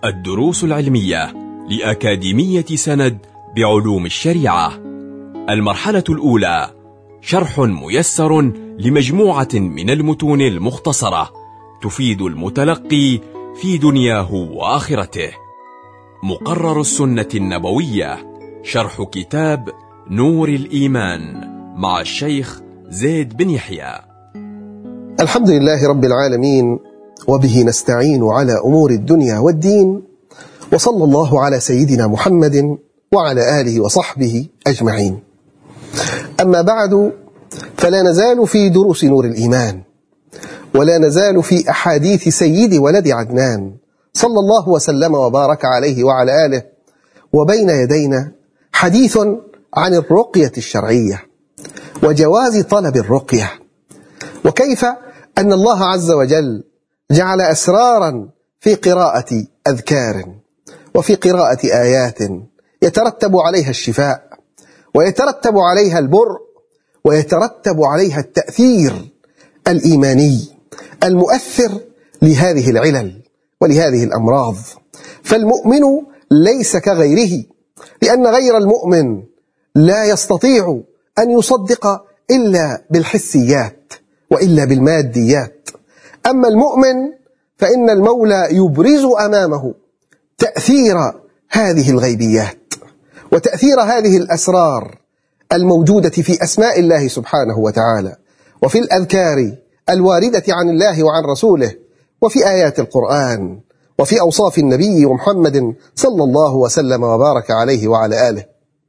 الدروس العلمية لأكاديمية سند بعلوم الشريعة. المرحلة الأولى: شرح ميسر لمجموعة من المتون المختصرة تفيد المتلقي في دنياه وآخرته. مقرر السنة النبوية، شرح كتاب نور الإيمان مع الشيخ زيد بن يحيى. الحمد لله رب العالمين، وبه نستعين على أمور الدنيا والدين، وصلى الله على سيدنا محمد وعلى آله وصحبه أجمعين. أما بعد، فلا نزال في دروس نور الإيمان، ولا نزال في أحاديث سيد ولد عدنان صلى الله وسلم وبارك عليه وعلى آله، وبين يدينا حديث عن الرقية الشرعية وجواز طلب الرقية، وكيف أن الله عز وجل جعل أسرارا في قراءة أذكار وفي قراءة آيات يترتب عليها الشفاء، ويترتب عليها البر، ويترتب عليها التأثير الإيماني المؤثر لهذه العلل ولهذه الأمراض. فالمؤمن ليس كغيره، لأن غير المؤمن لا يستطيع أن يصدق إلا بالحسيات وإلا بالماديات. أما المؤمن فإن المولى يبرز أمامه تأثير هذه الغيبيات وتأثير هذه الأسرار الموجودة في أسماء الله سبحانه وتعالى، وفي الأذكار الواردة عن الله وعن رسوله، وفي آيات القرآن، وفي أوصاف النبي محمد صلى الله وسلم وبارك عليه وعلى آله.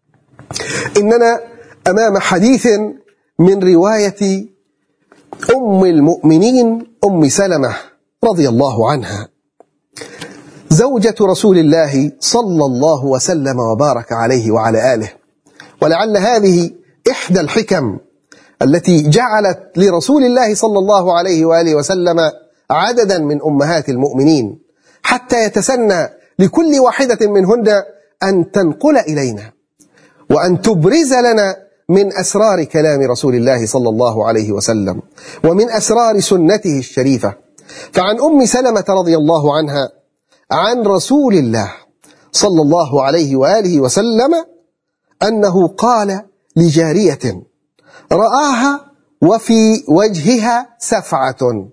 إننا أمام حديث من رواية أم المؤمنين أم سلمة رضي الله عنها، زوجة رسول الله صلى الله وسلم وبارك عليه وعلى آله. ولعل هذه إحدى الحكم التي جعلت لرسول الله صلى الله عليه وآله وسلم عددا من أمهات المؤمنين، حتى يتسنى لكل واحدة منهن أن تنقل إلينا وأن تبرز لنا من أسرار كلام رسول الله صلى الله عليه وسلم ومن أسرار سنته الشريفة. فعن أم سلمة رضي الله عنها عن رسول الله صلى الله عليه وآله وسلم أنه قال لجارية رآها وفي وجهها سفعة: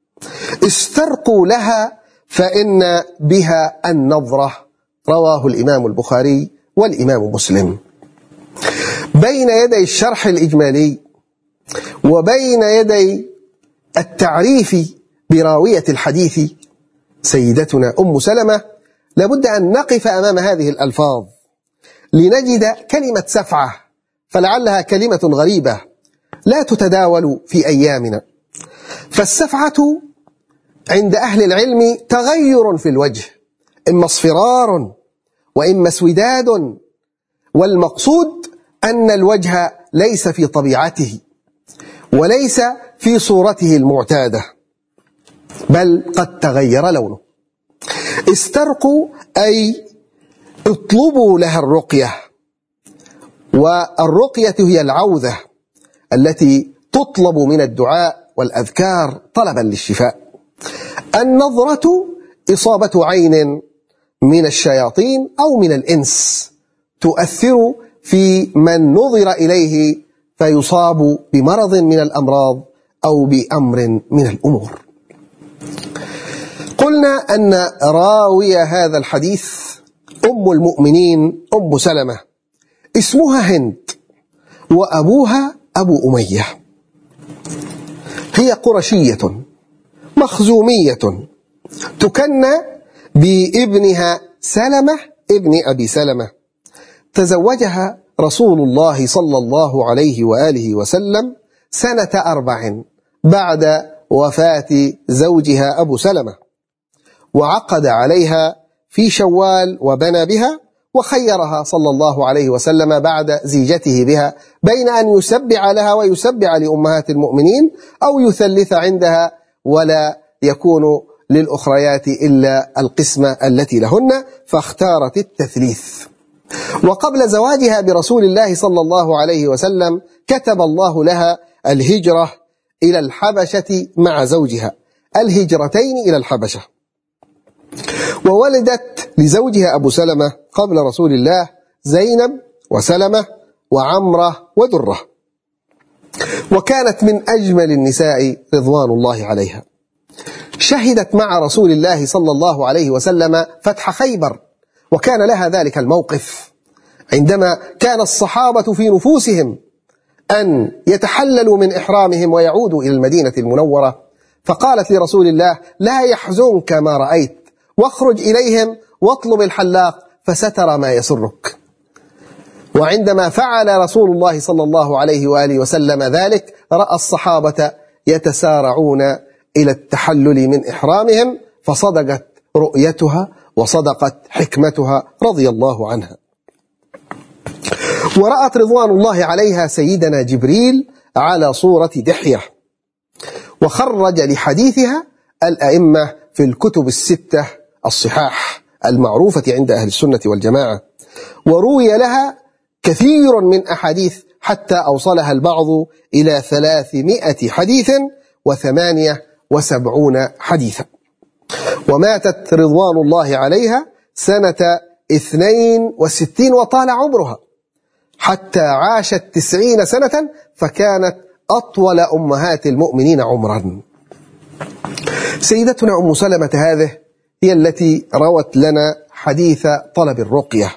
استرقوا لها فإن بها النظرة. رواه الإمام البخاري والإمام مسلم. بين يدي الشرح الإجمالي وبين يدي التعريف براوية الحديث سيدتنا أم سلمة لابد أن نقف أمام هذه الألفاظ لنجد كلمة سفعة، فلعلها كلمة غريبة لا تتداول في أيامنا. فالسفعة عند أهل العلم تغير في الوجه، إما اصفرار وإما اسوداد، والمقصود أن الوجه ليس في طبيعته وليس في صورته المعتادة، بل قد تغير لونه. استرقوا أي اطلبوا لها الرقية، والرقية هي العوذة التي تطلب من الدعاء والأذكار طلبا للشفاء. النظرة إصابة عين من الشياطين أو من الإنس تؤثر في من نظر إليه فيصاب بمرض من الأمراض أو بأمر من الأمور. قلنا أن راوية هذا الحديث أم المؤمنين أم سلمة، اسمها هند، وأبوها أبو أمية. هي قرشية مخزومية تكنى بابنها سلمة ابن أبي سلمة. تزوجها رسول الله صلى الله عليه وآله وسلم سنة 4 بعد وفاة زوجها أبو سلمة، وعقد عليها في شوال وبنى بها، وخيرها صلى الله عليه وسلم بعد زيجته بها بين أن يسبع لها ويسبع لأمهات المؤمنين، أو يثلث عندها ولا يكون للأخريات إلا القسمة التي لهن، فاختارت التثليث. وقبل زواجها برسول الله صلى الله عليه وسلم كتب الله لها الهجرة إلى الحبشة مع زوجها، الهجرتين إلى الحبشة. وولدت لزوجها أبو سلمة قبل رسول الله زينب وسلمة وعمرة ودرة، وكانت من أجمل النساء رضوان الله عليها. شهدت مع رسول الله صلى الله عليه وسلم فتح خيبر، وكان لها ذلك الموقف عندما كان الصحابة في نفوسهم أن يتحللوا من إحرامهم ويعودوا إلى المدينة المنورة، فقالت لرسول الله: لا يحزنك ما رأيت، واخرج إليهم واطلب الحلاق فسترى ما يسرك. وعندما فعل رسول الله صلى الله عليه وآله وسلم ذلك، رأى الصحابة يتسارعون إلى التحلل من إحرامهم، فصدقت رؤيتها وصدقت حكمتها رضي الله عنها. ورأت رضوان الله عليها سيدنا جبريل على صورة دحية، وخرج لحديثها الأئمة في الكتب الستة الصحاح المعروفة عند أهل السنة والجماعة، وروي لها كثير من أحاديث حتى أوصلها البعض إلى 300 حديث و78 حديثا. وماتت رضوان الله عليها سنة 62 وطال عمرها حتى عاشت 90 سنة، فكانت أطول أمهات المؤمنين عمرا. سيدتنا أم سلمة هذه هي التي روت لنا حديث طلب الرقية،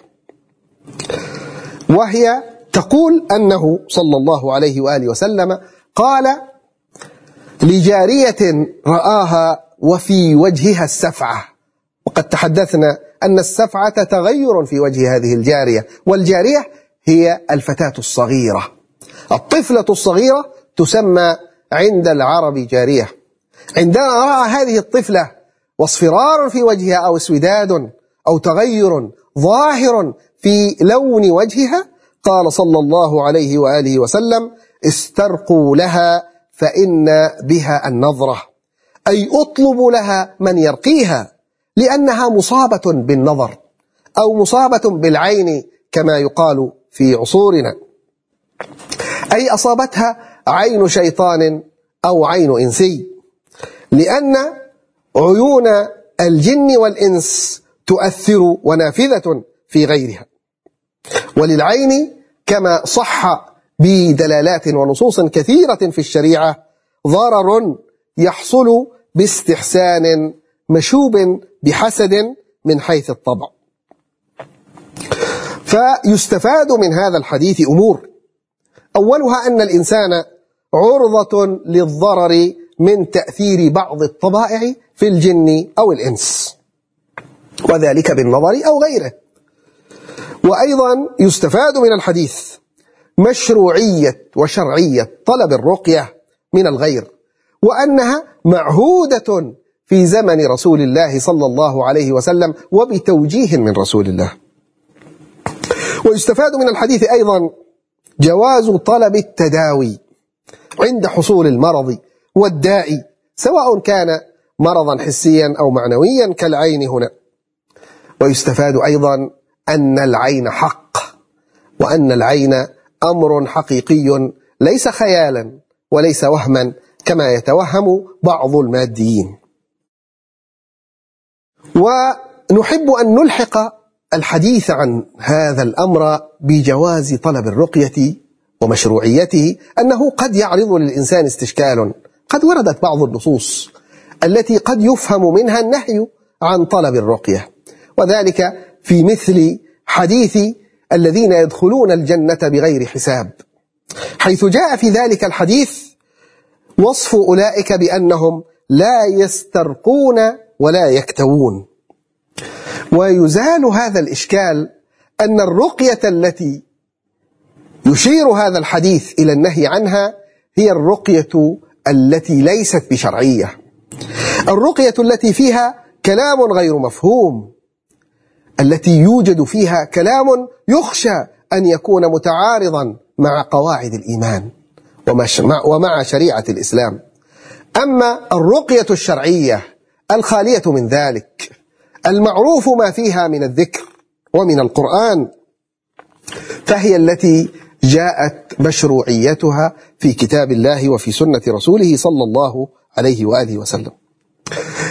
وهي تقول أنه صلى الله عليه وآله وسلم قال لجارية رآها وفي وجهها السفعة، وقد تحدثنا أن السفعة تغير في وجه هذه الجارية، والجارية هي الفتاة الصغيرة، الطفلة الصغيرة تسمى عند العرب جارية. عندما رأى هذه الطفلة واصفرار في وجهها أو اسوداد أو تغير ظاهر في لون وجهها، قال صلى الله عليه وآله وسلم: استرقوا لها فإن بها النظرة، أي اطلبوا لها من يرقيها، لأنها مصابة بالنظر أو مصابة بالعين كما يقال في عصورنا، أي أصابتها عين شيطان أو عين إنسي، لأن عيون الجن والإنس تؤثر ونافذة في غيرها. وللعين كما صح بدلالات ونصوص كثيرة في الشريعة ضرر يحصل باستحسان مشوب بحسد من حيث الطبع. فيستفاد من هذا الحديث أمور، أولها أن الإنسان عرضة للضرر من تأثير بعض الطبائع في الجن أو الإنس، وذلك بالنظر أو غيره. وأيضا يستفاد من الحديث مشروعية وشرعية طلب الرقية من الغير، وأنها معهودة في زمن رسول الله صلى الله عليه وسلم وبتوجيه من رسول الله. ويستفاد من الحديث أيضا جواز طلب التداوي عند حصول المرض والداء، سواء كان مرضا حسيا أو معنويا كالعين هنا. ويستفاد أيضا أن العين حق، وأن العين أمر حقيقي ليس خيالا وليس وهما كما يتوهم بعض الماديين. ونحب أن نلحق الحديث عن هذا الأمر بجواز طلب الرقية ومشروعيته، أنه قد يعرض للإنسان استشكال. قد وردت بعض النصوص التي قد يفهم منها النهي عن طلب الرقية، وذلك في مثل حديث الذين يدخلون الجنة بغير حساب، حيث جاء في ذلك الحديث وصف أولئك بأنهم لا يسترقون ولا يكتوون. ويزال هذا الإشكال أن الرقية التي يشير هذا الحديث إلى النهي عنها هي الرقية التي ليست بشرعية، الرقية التي فيها كلام غير مفهوم، التي يوجد فيها كلام يخشى أن يكون متعارضا مع قواعد الإيمان ومع شريعة الإسلام. أما الرقية الشرعية الخالية من ذلك، المعروف ما فيها من الذكر ومن القرآن، فهي التي جاءت مشروعيتها في كتاب الله وفي سنة رسوله صلى الله عليه وآله وسلم.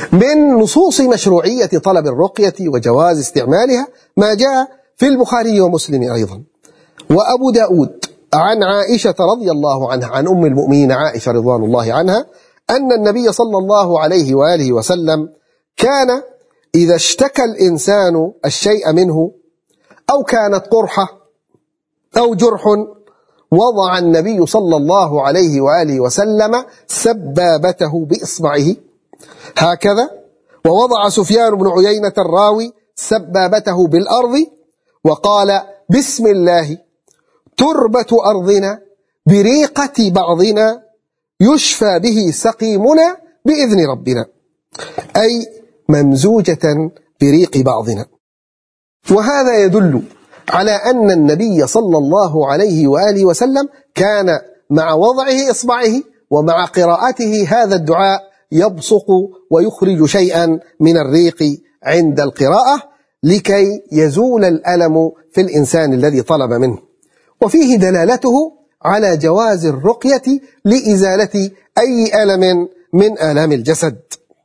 من نصوص مشروعية طلب الرقية وجواز استعمالها ما جاء في البخاري ومسلم أيضا وأبو داود عن عائشة رضي الله عنها عن أم المؤمنين عائشة رضوان الله عنها أن النبي صلى الله عليه وآله وسلم كان إذا اشتكى الإنسان الشيء منه أو كانت قرحة أو جرح وضع النبي صلى الله عليه وآله وسلم سبابته بإصبعه هكذا، ووضع سفيان بن عيينة الراوي سبابته بالأرض وقال: بسم الله تربة أرضنا بريقة بعضنا يشفى به سقيمنا بإذن ربنا، أي ممزوجة بريق بعضنا. وهذا يدل على أن النبي صلى الله عليه وآله وسلم كان مع وضعه إصبعه ومع قراءته هذا الدعاء يبصق ويخرج شيئا من الريق عند القراءة لكي يزول الألم في الإنسان الذي طلب منه. وفيه دلالته على جواز الرقية لإزالة أي ألم من آلام الجسد،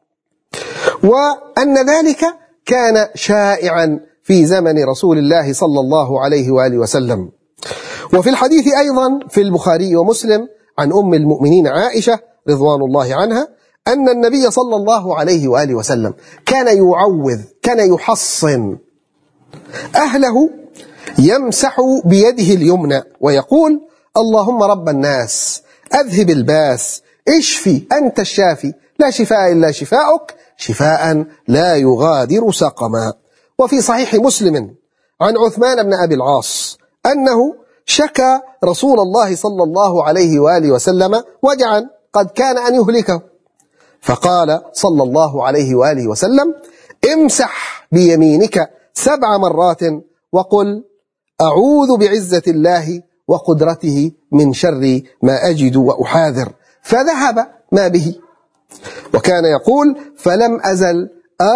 وأن ذلك كان شائعا في زمن رسول الله صلى الله عليه وآله وسلم. وفي الحديث أيضا في البخاري ومسلم عن أم المؤمنين عائشة رضوان الله عنها أن النبي صلى الله عليه وآله وسلم كان يعوذ، كان يحصن أهله، يمسح بيده اليمنى ويقول: اللهم رب الناس أذهب الباس اشفي أنت الشافي لا شفاء إلا شفاؤك شفاء لا يغادر سقما. وفي صحيح مسلم عن عثمان بن أبي العاص أنه شكى رسول الله صلى الله عليه وآله وسلم وجعا قد كان أن يهلكه، فقال صلى الله عليه وآله وسلم: امسح بيمينك 7 مرات وقل: أعوذ بعزة الله وقدرته من شر ما أجد وأحاذر، فذهب ما به. وكان يقول: فلم أزل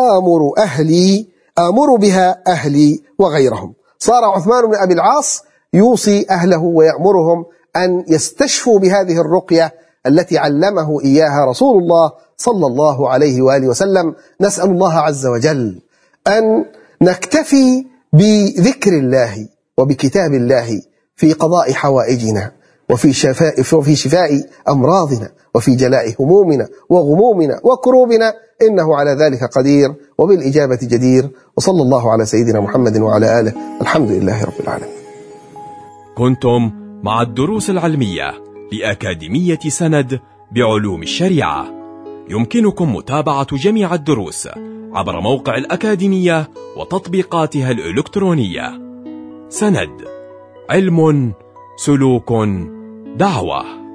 آمر بها أهلي وغيرهم. صار عثمان بن أبي العاص يوصي أهله ويأمرهم أن يستشفوا بهذه الرقية التي علمه إياها رسول الله صلى الله عليه وآله وسلم. نسأل الله عز وجل أن نكتفي بذكر الله وبكتاب الله في قضاء حوائجنا وفي شفاء أمراضنا وفي جلاء همومنا وغمومنا وكروبنا، إنه على ذلك قدير وبالإجابة جدير. وصلى الله على سيدنا محمد وعلى آله، الحمد لله رب العالمين. كنتم مع الدروس العلمية لأكاديمية سند بعلوم الشريعة. يمكنكم متابعة جميع الدروس عبر موقع الأكاديمية وتطبيقاتها الإلكترونية. سند، علم، سلوك، دعوة.